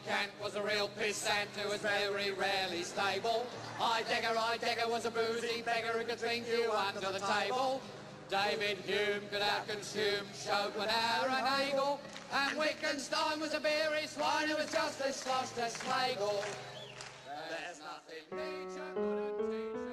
Kant was a real pissant who was very rarely stable. Heidegger was a boozy beggar who could drink you under the table. David Hume could out-consume Schopenhauer and Hegel. And Wittgenstein was a beery swine who was just as sloshed as Schlegel. There's nothing Nietzsche couldn't teach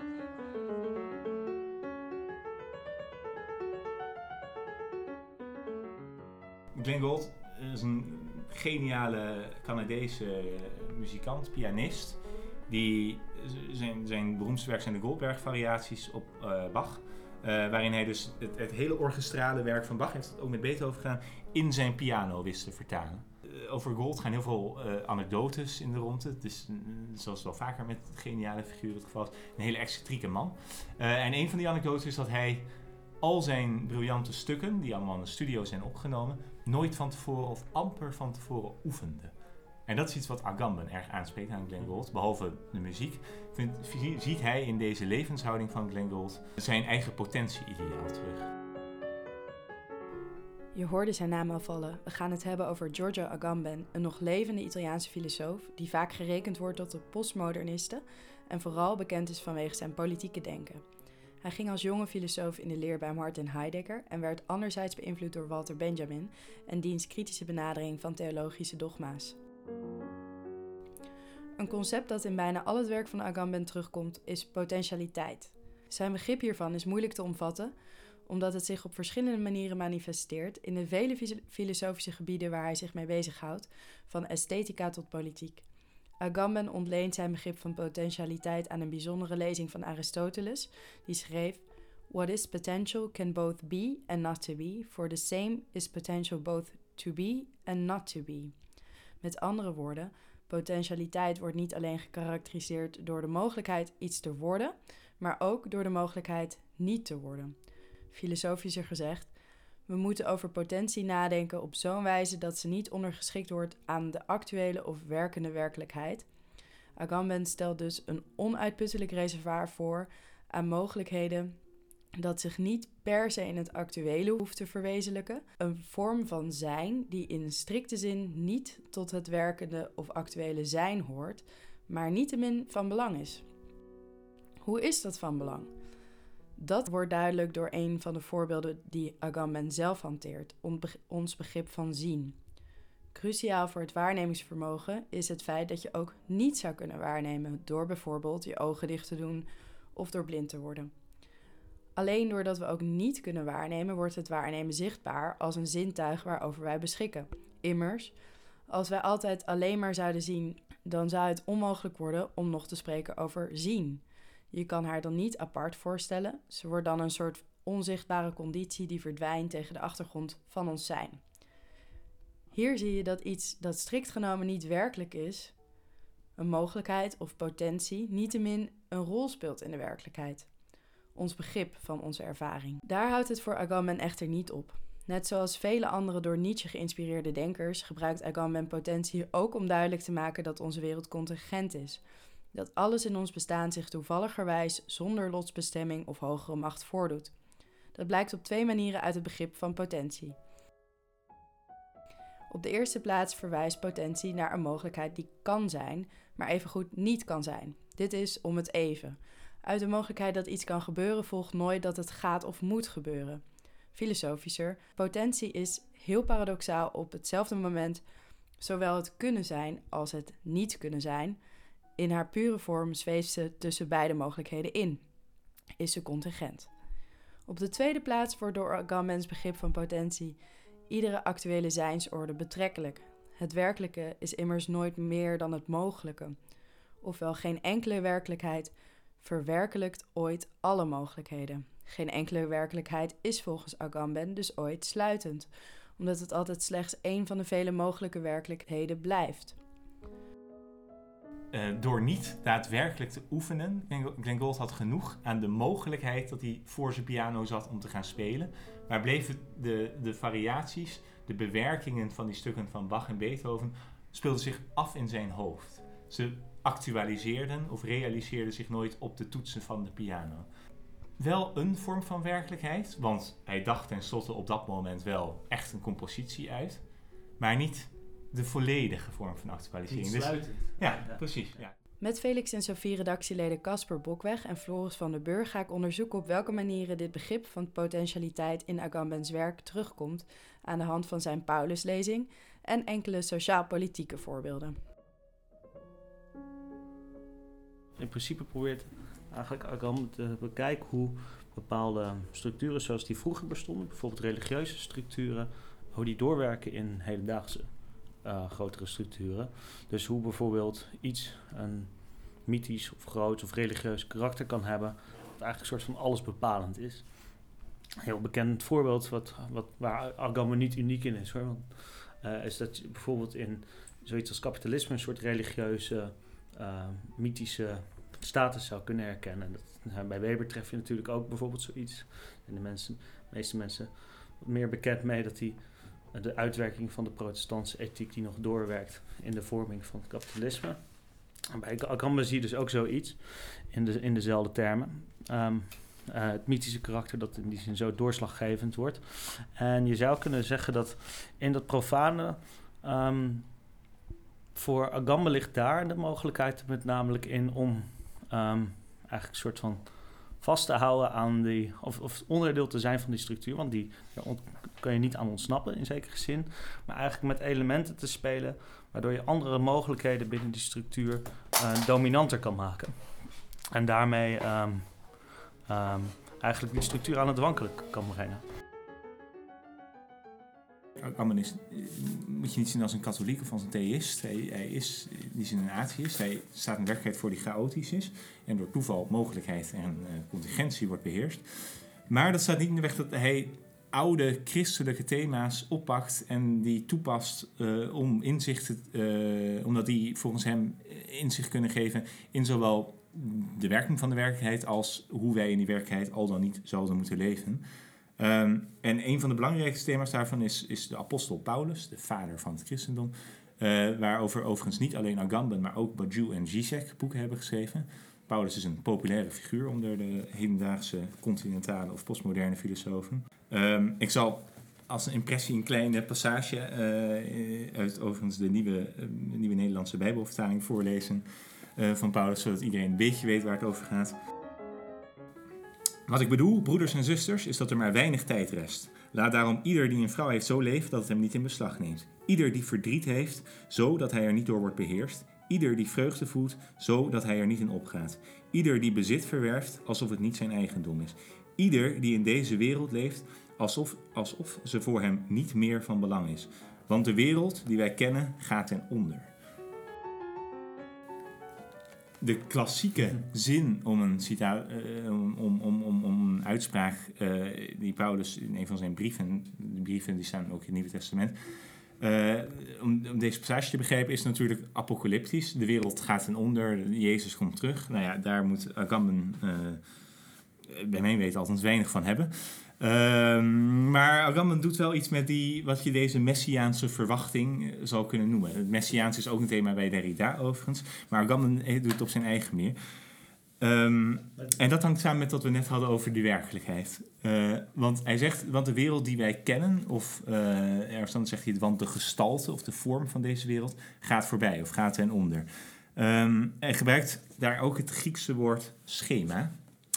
about. Glenn Gould is een geniale Canadese muzikant, pianist. Die zijn beroemdste werk zijn de Goldberg-variaties op Bach. Waarin hij dus het hele orchestrale werk van Bach, heeft het ook met Beethoven gedaan, in zijn piano wist te vertalen. Over Gould gaan heel veel anekdotes in de ronde. Het is, zoals wel vaker met geniale figuren het geval is, een hele excentrieke man. En een van die anekdotes is dat hij al zijn briljante stukken, die allemaal in de studio zijn opgenomen, nooit van tevoren of amper van tevoren oefende. En dat is iets wat Agamben erg aanspreekt aan Glenn Gould. Behalve de muziek ziet hij in deze levenshouding van Glenn Gould zijn eigen potentie-ideaal terug. Je hoorde zijn naam al vallen. We gaan het hebben over Giorgio Agamben, een nog levende Italiaanse filosoof die vaak gerekend wordt tot de postmodernisten en vooral bekend is vanwege zijn politieke denken. Hij ging als jonge filosoof in de leer bij Martin Heidegger en werd anderzijds beïnvloed door Walter Benjamin en diens kritische benadering van theologische dogma's. Een concept dat in bijna al het werk van Agamben terugkomt is potentialiteit. Zijn begrip hiervan is moeilijk te omvatten, omdat het zich op verschillende manieren manifesteert in de vele filosofische gebieden waar hij zich mee bezighoudt, van esthetica tot politiek. Agamben ontleent zijn begrip van potentialiteit aan een bijzondere lezing van Aristoteles, die schreef: What is potential can both be and not to be, for the same is potential both to be and not to be. Met andere woorden, potentialiteit wordt niet alleen gekarakteriseerd door de mogelijkheid iets te worden, maar ook door de mogelijkheid niet te worden. Filosofischer gezegd, we moeten over potentie nadenken op zo'n wijze dat ze niet ondergeschikt wordt aan de actuele of werkende werkelijkheid. Agamben stelt dus een onuitputtelijk reservoir voor aan mogelijkheden dat zich niet per se in het actuele hoeft te verwezenlijken. Een vorm van zijn die in strikte zin niet tot het werkende of actuele zijn hoort, maar niettemin van belang is. Hoe is dat van belang? Dat wordt duidelijk door een van de voorbeelden die Agamben zelf hanteert, ons begrip van zien. Cruciaal voor het waarnemingsvermogen is het feit dat je ook niet zou kunnen waarnemen door bijvoorbeeld je ogen dicht te doen of door blind te worden. Alleen doordat we ook niet kunnen waarnemen, wordt het waarnemen zichtbaar als een zintuig waarover wij beschikken. Immers, als wij altijd alleen maar zouden zien, dan zou het onmogelijk worden om nog te spreken over zien. Je kan haar dan niet apart voorstellen. Ze wordt dan een soort onzichtbare conditie die verdwijnt tegen de achtergrond van ons zijn. Hier zie je dat iets dat strikt genomen niet werkelijk is, een mogelijkheid of potentie, niettemin een rol speelt in de werkelijkheid. Ons begrip van onze ervaring. Daar houdt het voor Agamben echter niet op. Net zoals vele andere door Nietzsche geïnspireerde denkers gebruikt Agamben potentie ook om duidelijk te maken dat onze wereld contingent is. Dat alles in ons bestaan zich toevalligerwijs zonder lotsbestemming of hogere macht voordoet. Dat blijkt op twee manieren uit het begrip van potentie. Op de eerste plaats verwijst potentie naar een mogelijkheid die kan zijn, maar evengoed niet kan zijn. Dit is om het even. Uit de mogelijkheid dat iets kan gebeuren volgt nooit dat het gaat of moet gebeuren. Filosofischer, potentie is heel paradoxaal op hetzelfde moment zowel het kunnen zijn als het niet kunnen zijn. In haar pure vorm zweeft ze tussen beide mogelijkheden in. Is ze contingent. Op de tweede plaats wordt door Agambens begrip van potentie iedere actuele zijnsorde betrekkelijk. Het werkelijke is immers nooit meer dan het mogelijke. Ofwel geen enkele werkelijkheid verwerkelijkt ooit alle mogelijkheden. Geen enkele werkelijkheid is volgens Agamben dus ooit sluitend, omdat het altijd slechts één van de vele mogelijke werkelijkheden blijft. Door niet daadwerkelijk te oefenen, Glenn Gould had genoeg aan de mogelijkheid dat hij voor zijn piano zat om te gaan spelen, maar bleven de variaties, de bewerkingen van die stukken van Bach en Beethoven, speelden zich af in zijn hoofd. Ze actualiseerden of realiseerden zich nooit op de toetsen van de piano. Wel een vorm van werkelijkheid, want hij dacht tenslotte op dat moment wel echt een compositie uit, maar niet de volledige vorm van actualisering. Niet Dus, sluitend. ja, precies. Ja. Met Felix en Sophie redactieleden Casper Bokweg en Floris van der Burg ga ik onderzoeken op welke manieren dit begrip van potentialiteit in Agamben's werk terugkomt aan de hand van zijn Pauluslezing en enkele sociaal-politieke voorbeelden. In principe probeert eigenlijk Agamben te bekijken hoe bepaalde structuren zoals die vroeger bestonden, bijvoorbeeld religieuze structuren, hoe die doorwerken in hedendaagse grotere structuren. Dus hoe bijvoorbeeld iets een mythisch of groot of religieus karakter kan hebben, wat eigenlijk een soort van allesbepalend is. Een heel bekend voorbeeld waar Agamben niet uniek in is, hoor. Want, is dat je bijvoorbeeld in zoiets als kapitalisme een soort religieuze, mythische status zou kunnen herkennen. Bij Weber tref je natuurlijk ook bijvoorbeeld zoiets. En de meeste mensen wat meer bekend mee dat hij de uitwerking van de protestantse ethiek die nog doorwerkt in de vorming van het kapitalisme. En bij Agamben zie je dus ook zoiets in dezelfde termen. Het mythische karakter dat in die zin zo doorslaggevend wordt. En je zou kunnen zeggen dat in dat profane voor Agamben ligt daar de mogelijkheid met namelijk in om eigenlijk een soort van vast te houden aan die, of onderdeel te zijn van die structuur, want daar kun je niet aan ontsnappen in zekere zin, maar eigenlijk met elementen te spelen waardoor je andere mogelijkheden binnen die structuur dominanter kan maken. En daarmee eigenlijk die structuur aan het wankelen kan brengen. Agamben moet je niet zien als een katholiek of als een theïst. Hij is niet een atheïst. Hij staat in werkelijkheid voor die chaotisch is en door toeval, mogelijkheid en contingentie wordt beheerst. Maar dat staat niet in de weg dat hij oude christelijke thema's oppakt en die toepast om inzichten, omdat die volgens hem inzicht kunnen geven in zowel de werking van de werkelijkheid als hoe wij in die werkelijkheid al dan niet zouden moeten leven. En een van de belangrijkste thema's daarvan is de apostel Paulus, de vader van het christendom, waarover overigens niet alleen Agamben, maar ook Badiou en Zizek boeken hebben geschreven. Paulus is een populaire figuur onder de hedendaagse continentale of postmoderne filosofen. Ik zal als een impressie een kleine passage uit overigens de nieuwe Nederlandse Bijbelvertaling voorlezen van Paulus, zodat iedereen een beetje weet waar het over gaat. Wat ik bedoel, broeders en zusters, is dat er maar weinig tijd rest. Laat daarom ieder die een vrouw heeft zo leven dat het hem niet in beslag neemt. Ieder die verdriet heeft, zo dat hij er niet door wordt beheerst. Ieder die vreugde voelt, zo dat hij er niet in opgaat. Ieder die bezit verwerft, alsof het niet zijn eigendom is. Ieder die in deze wereld leeft, alsof ze voor hem niet meer van belang is. Want de wereld die wij kennen gaat ten onder. De klassieke zin om een om een uitspraak die Paulus in een van zijn brieven, de brieven die staan ook in het Nieuwe Testament, om deze passage te begrijpen is natuurlijk apocalyptisch. De wereld gaat ten onder, Jezus komt terug. Nou ja, daar moet Agamben bij mijn weten althans weinig van hebben. Maar Agamben doet wel iets met wat je deze messiaanse verwachting zou kunnen noemen. Het messiaans is ook een thema bij Derrida overigens, maar Agamben doet het op zijn eigen manier. En dat hangt samen met wat we net hadden over die werkelijkheid. Want hij zegt, want de wereld die wij kennen, of ergens dan zegt hij het, want de gestalte of de vorm van deze wereld gaat voorbij of gaat ten onder. Hij gebruikt daar ook het Griekse woord schema.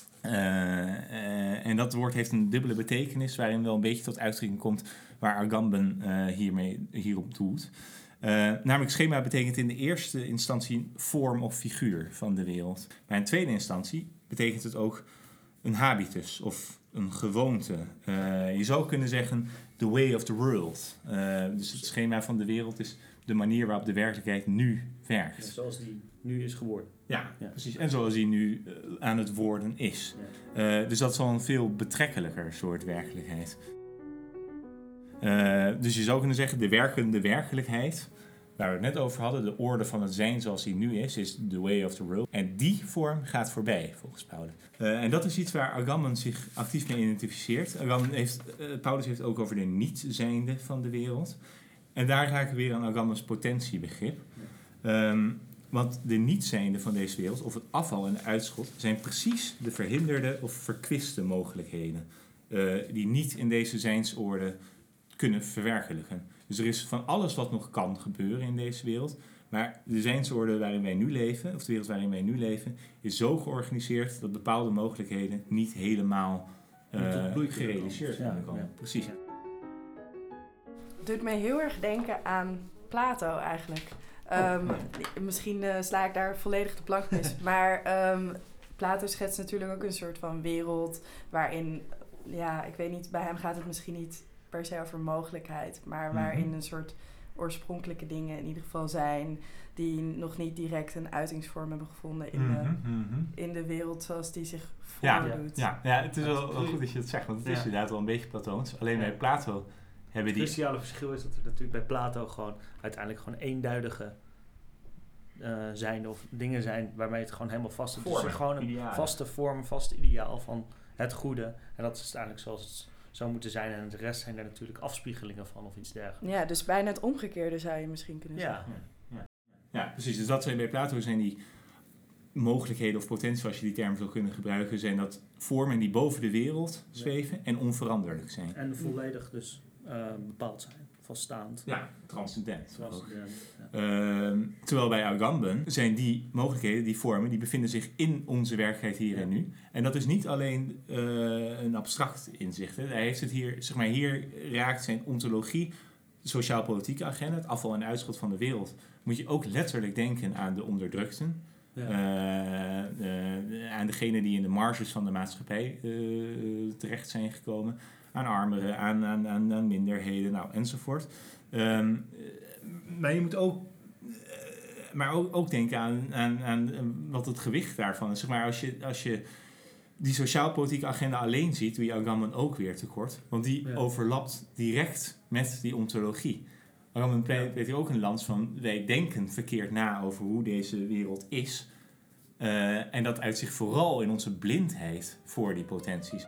En dat woord heeft een dubbele betekenis, waarin wel een beetje tot uitdrukking komt waar Agamben hierop doelt. Namelijk schema betekent in de eerste instantie vorm of figuur van de wereld. Maar in tweede instantie betekent het ook een habitus of een gewoonte. Je zou kunnen zeggen the way of the world. Dus het schema van de wereld is de manier waarop de werkelijkheid nu werkt. Ja, zoals die nu is geworden. Ja, precies. En zoals die nu aan het worden is. Ja. Dus dat is al een veel betrekkelijker soort werkelijkheid. Dus je zou kunnen zeggen, de werkende werkelijkheid, waar we het net over hadden, de orde van het zijn zoals die nu is the way of the world. En die vorm gaat voorbij, volgens Paulus. En dat is iets waar Agamben zich actief mee identificeert. Paulus heeft ook over de niet-zijnde van de wereld. En daar raken we weer aan Agambens potentiebegrip. Want de niet-zijnde van deze wereld, of het afval en de uitschot, zijn precies de verhinderde of verkwiste mogelijkheden. Die niet in deze zijnsorde kunnen verwerkelijken. Dus er is van alles wat nog kan gebeuren in deze wereld. Maar de zijnsorde waarin wij nu leven, of de wereld waarin wij nu leven, is zo georganiseerd dat bepaalde mogelijkheden niet helemaal gerealiseerd kunnen komen. Ja. Precies. Het doet mij heel erg denken aan Plato eigenlijk. Misschien sla ik daar volledig de plank mis. Maar Plato schetst natuurlijk ook een soort van wereld waarin, ik weet niet, bij hem gaat het misschien niet per se over mogelijkheid, maar waarin een soort oorspronkelijke dingen in ieder geval zijn die nog niet direct een uitingsvorm hebben gevonden in de wereld zoals die zich voordoet. Ja, het is wel goed dat je het zegt, want het is inderdaad wel een beetje Platoons. Alleen bij Plato hebben die... Het cruciale verschil is dat er natuurlijk bij Plato gewoon uiteindelijk gewoon eenduidige zijn of dingen zijn waarmee het gewoon helemaal vast is. Dus gewoon een vaste vorm, vast ideaal van het goede. En dat is eigenlijk zoals het zou moeten zijn. En de rest zijn er natuurlijk afspiegelingen van of iets dergelijks. Ja, dus bijna het omgekeerde zou je misschien kunnen zeggen. Ja, precies. Dus dat zijn bij Plato zijn die mogelijkheden of potentie, als je die term zou kunnen gebruiken, zijn dat vormen die boven de wereld zweven en onveranderlijk zijn. En volledig dus bepaald zijn. Vaststaand. Ja, transcendent. Terwijl bij Agamben zijn die mogelijkheden, die vormen, die bevinden zich in onze werkelijkheid hier en nu. En dat is niet alleen een abstract inzicht. Hè. Hij heeft het hier, zeg maar, hier raakt zijn ontologie, de sociaal-politieke agenda, het afval en uitschot van de wereld. Moet je ook letterlijk denken aan de onderdrukten. Ja. Aan degenen die in de marges van de maatschappij terecht zijn gekomen. Aan armeren, aan minderheden, enzovoort. Maar je moet ook denken aan wat het gewicht daarvan is. Zeg maar, als je die sociaal-politieke agenda alleen ziet, doe je Agamben ook weer tekort. Want die overlapt direct met die ontologie. Agamben pleit hier ook een lans van, wij denken verkeerd na over hoe deze wereld is. En dat uit zich vooral in onze blindheid voor die potenties.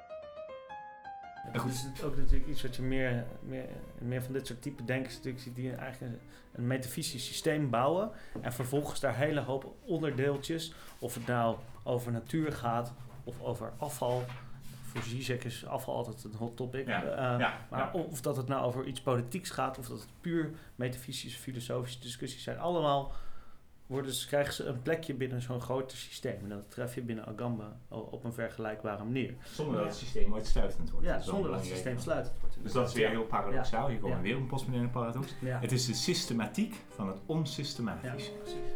Ja, goed. Het is ook natuurlijk iets wat je meer van dit soort type denkers natuurlijk ziet, die eigenlijk een metafysisch systeem bouwen en vervolgens daar hele hoop onderdeeltjes, of het nou over natuur gaat of over afval. Voor Zizek is afval altijd een hot topic. Of dat het nou over iets politieks gaat, of dat het puur metafysische, filosofische discussies zijn. Allemaal krijgen ze een plekje binnen zo'n groter systeem. En dat tref je binnen Agamben op een vergelijkbare manier. Zonder dat het systeem ooit sluitend wordt. Ja, zonder dat het systeem sluitend wordt. Dus dat is weer heel paradoxaal. Hier komen we weer een postmoderne paradox. Ja. Het is de systematiek van het onsystematische. Ja, precies.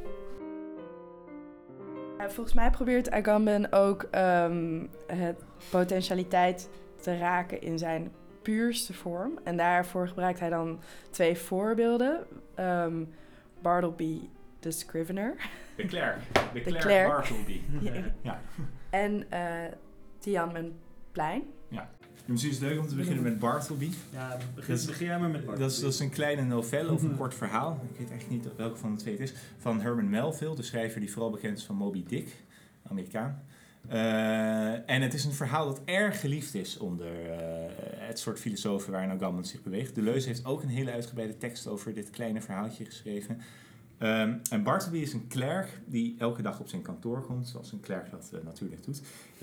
Volgens mij probeert Agamben ook het potentialiteit te raken in zijn puurste vorm. En daarvoor gebruikt hij dan 2 voorbeelden. Bartleby de Scrivener. De Klerk Bartleby. Ja. En Tiananmenplein. Ja. Misschien is het leuk om te beginnen met Bartleby. Ja, begin jij maar met Bartleby. Dat is een kleine novelle of een kort verhaal. Ik weet echt niet welke van de 2 het is. Van Herman Melville, de schrijver die vooral bekend is van Moby Dick. Amerikaan. En het is een verhaal dat erg geliefd is onder het soort filosofen waarin Agamben zich beweegt. Deleuze heeft ook een hele uitgebreide tekst over dit kleine verhaaltje geschreven. En Bartleby is een klerk die elke dag op zijn kantoor komt, zoals een klerk dat natuurlijk doet.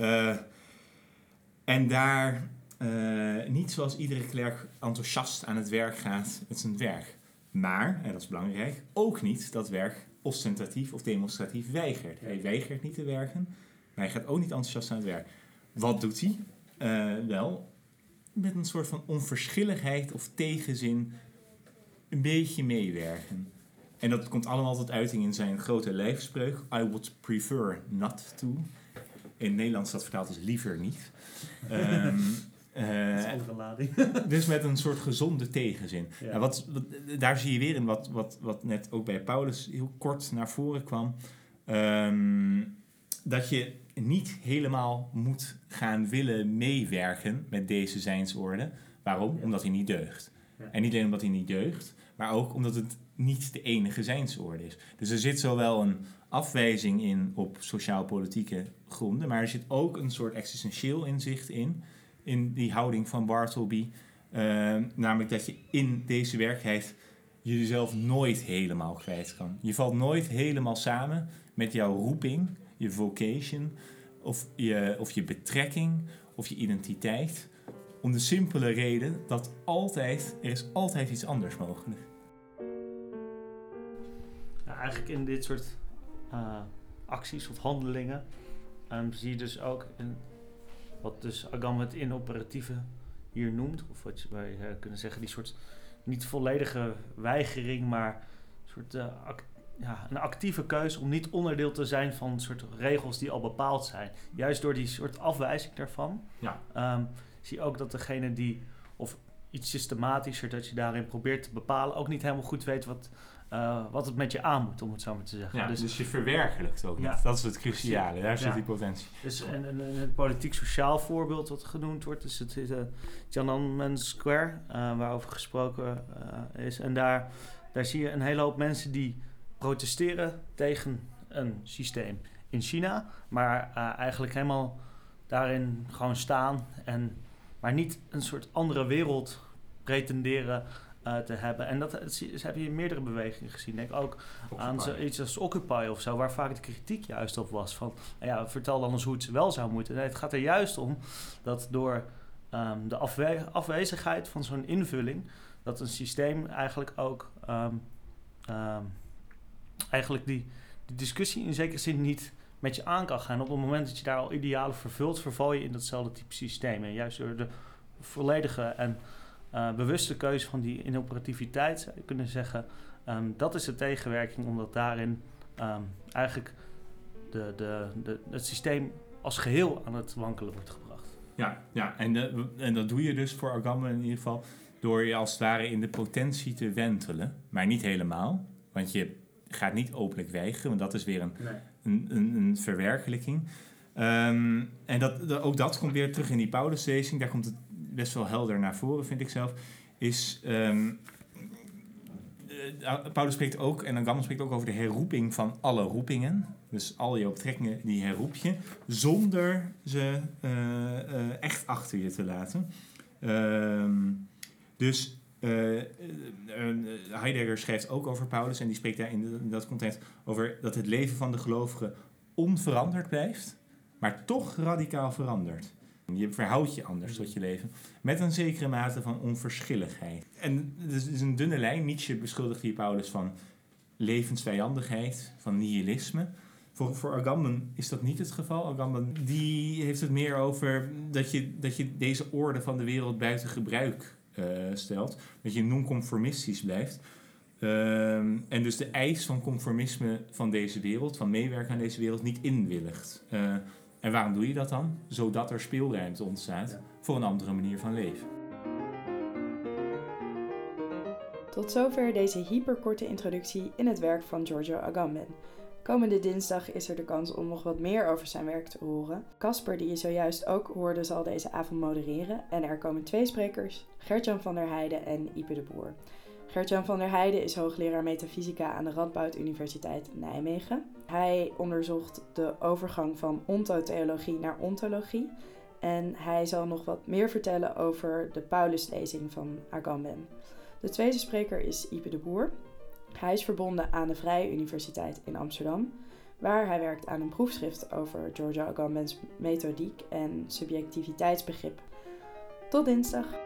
En daar niet zoals iedere klerk enthousiast aan het werk gaat met zijn werk. Maar, en dat is belangrijk, ook niet dat werk ostentatief of demonstratief weigert. Hij weigert niet te werken, maar hij gaat ook niet enthousiast aan het werk. Wat doet hij? Wel, met een soort van onverschilligheid of tegenzin een beetje meewerken. En dat komt allemaal tot uiting in zijn grote lijfspreuk. I would prefer not to. In het Nederlands dat vertaald is liever niet. Dat is overlading. Dus met een soort gezonde tegenzin. Ja. Nou, daar zie je weer in wat net ook bij Paulus heel kort naar voren kwam. Dat je niet helemaal moet gaan willen meewerken met deze zijnsorde. Waarom? Ja. Omdat hij niet deugt. Ja. En niet alleen omdat hij niet deugt, maar ook omdat het niet de enige zijnsorde is. Dus er zit zowel een afwijzing in op sociaal-politieke gronden, maar er zit ook een soort existentieel inzicht in die houding van Bartleby. Namelijk dat je in deze werkelijkheid jezelf nooit helemaal kwijt kan. Je valt nooit helemaal samen met jouw roeping, je vocation, of je betrekking, of je identiteit, Om de simpele reden dat er is altijd iets anders mogelijk. Ja, eigenlijk in dit soort acties of handelingen zie je dus ook wat dus Agamben het inoperatieve hier noemt, of wat wij kunnen zeggen, die soort niet volledige weigering, maar een soort een actieve keuze om niet onderdeel te zijn van soort regels die al bepaald zijn. Juist door die soort afwijzing daarvan zie je ook dat degene die, of iets systematischer dat je daarin probeert te bepalen, ook niet helemaal goed weet wat het met je aan moet, om het zo maar te zeggen. Ja, dus je verwerkelijkt ook niet. Dat is het cruciale, daar zit die potentie. Dus het politiek-sociaal voorbeeld wat genoemd wordt, is het Tiananmen Square, waarover gesproken is. En daar zie je een hele hoop mensen die protesteren tegen een systeem in China, maar eigenlijk helemaal daarin gewoon staan, maar niet een soort andere wereld pretenderen te hebben. En dat heb je in meerdere bewegingen gezien. Denk ook aan iets als Occupy of zo, waar vaak de kritiek juist op was van, vertel dan eens hoe het wel zou moeten. Nee, het gaat er juist om dat door de afwezigheid van zo'n invulling, dat een systeem eigenlijk ook eigenlijk die discussie in zekere zin niet met je aan kan gaan. Op het moment dat je daar al idealen vervult, verval je in datzelfde type systeem. En juist door de volledige en bewuste keuze van die inoperativiteit, zou je kunnen zeggen, dat is de tegenwerking, omdat daarin eigenlijk het systeem als geheel aan het wankelen wordt gebracht. Ja, en dat doe je dus voor Agamben in ieder geval door je als het ware in de potentie te wentelen, maar niet helemaal, want je gaat niet openlijk weigeren, want dat is weer een verwerkelijking. En ook dat komt weer terug in die Pauluslezing, daar komt het best wel helder naar voren, vind ik zelf, is Paulus spreekt ook, en Agamben spreekt ook over de herroeping van alle roepingen. Dus al je betrekkingen, die herroep je, zonder ze echt achter je te laten. Heidegger schrijft ook over Paulus, en die spreekt daar in dat context over dat het leven van de gelovige onveranderd blijft, maar toch radicaal verandert. Je verhoudt je anders tot je leven, met een zekere mate van onverschilligheid. En het is een dunne lijn. Nietzsche beschuldigt hier Paulus van levensvijandigheid, van nihilisme. Voor Agamben is dat niet het geval. Agamben die heeft het meer over dat je deze orde van de wereld buiten gebruik stelt. Dat je non-conformistisch blijft. En dus de eis van conformisme van deze wereld, van meewerken aan deze wereld, niet inwilligt. En waarom doe je dat dan? Zodat er speelruimte ontstaat voor een andere manier van leven. Tot zover deze hyperkorte introductie in het werk van Giorgio Agamben. Komende dinsdag is er de kans om nog wat meer over zijn werk te horen. Casper, die je zojuist ook hoorde, zal deze avond modereren. En er komen 2 sprekers, Gert-Jan van der Heijden en Ipe de Boer. Gert-Jan van der Heijden is hoogleraar metafysica aan de Radboud Universiteit Nijmegen. Hij onderzocht de overgang van ontotheologie naar ontologie. En hij zal nog wat meer vertellen over de Pauluslezing van Agamben. De tweede spreker is Ipe de Boer. Hij is verbonden aan de Vrije Universiteit in Amsterdam, waar hij werkt aan een proefschrift over Giorgio Agamben's methodiek en subjectiviteitsbegrip. Tot dinsdag!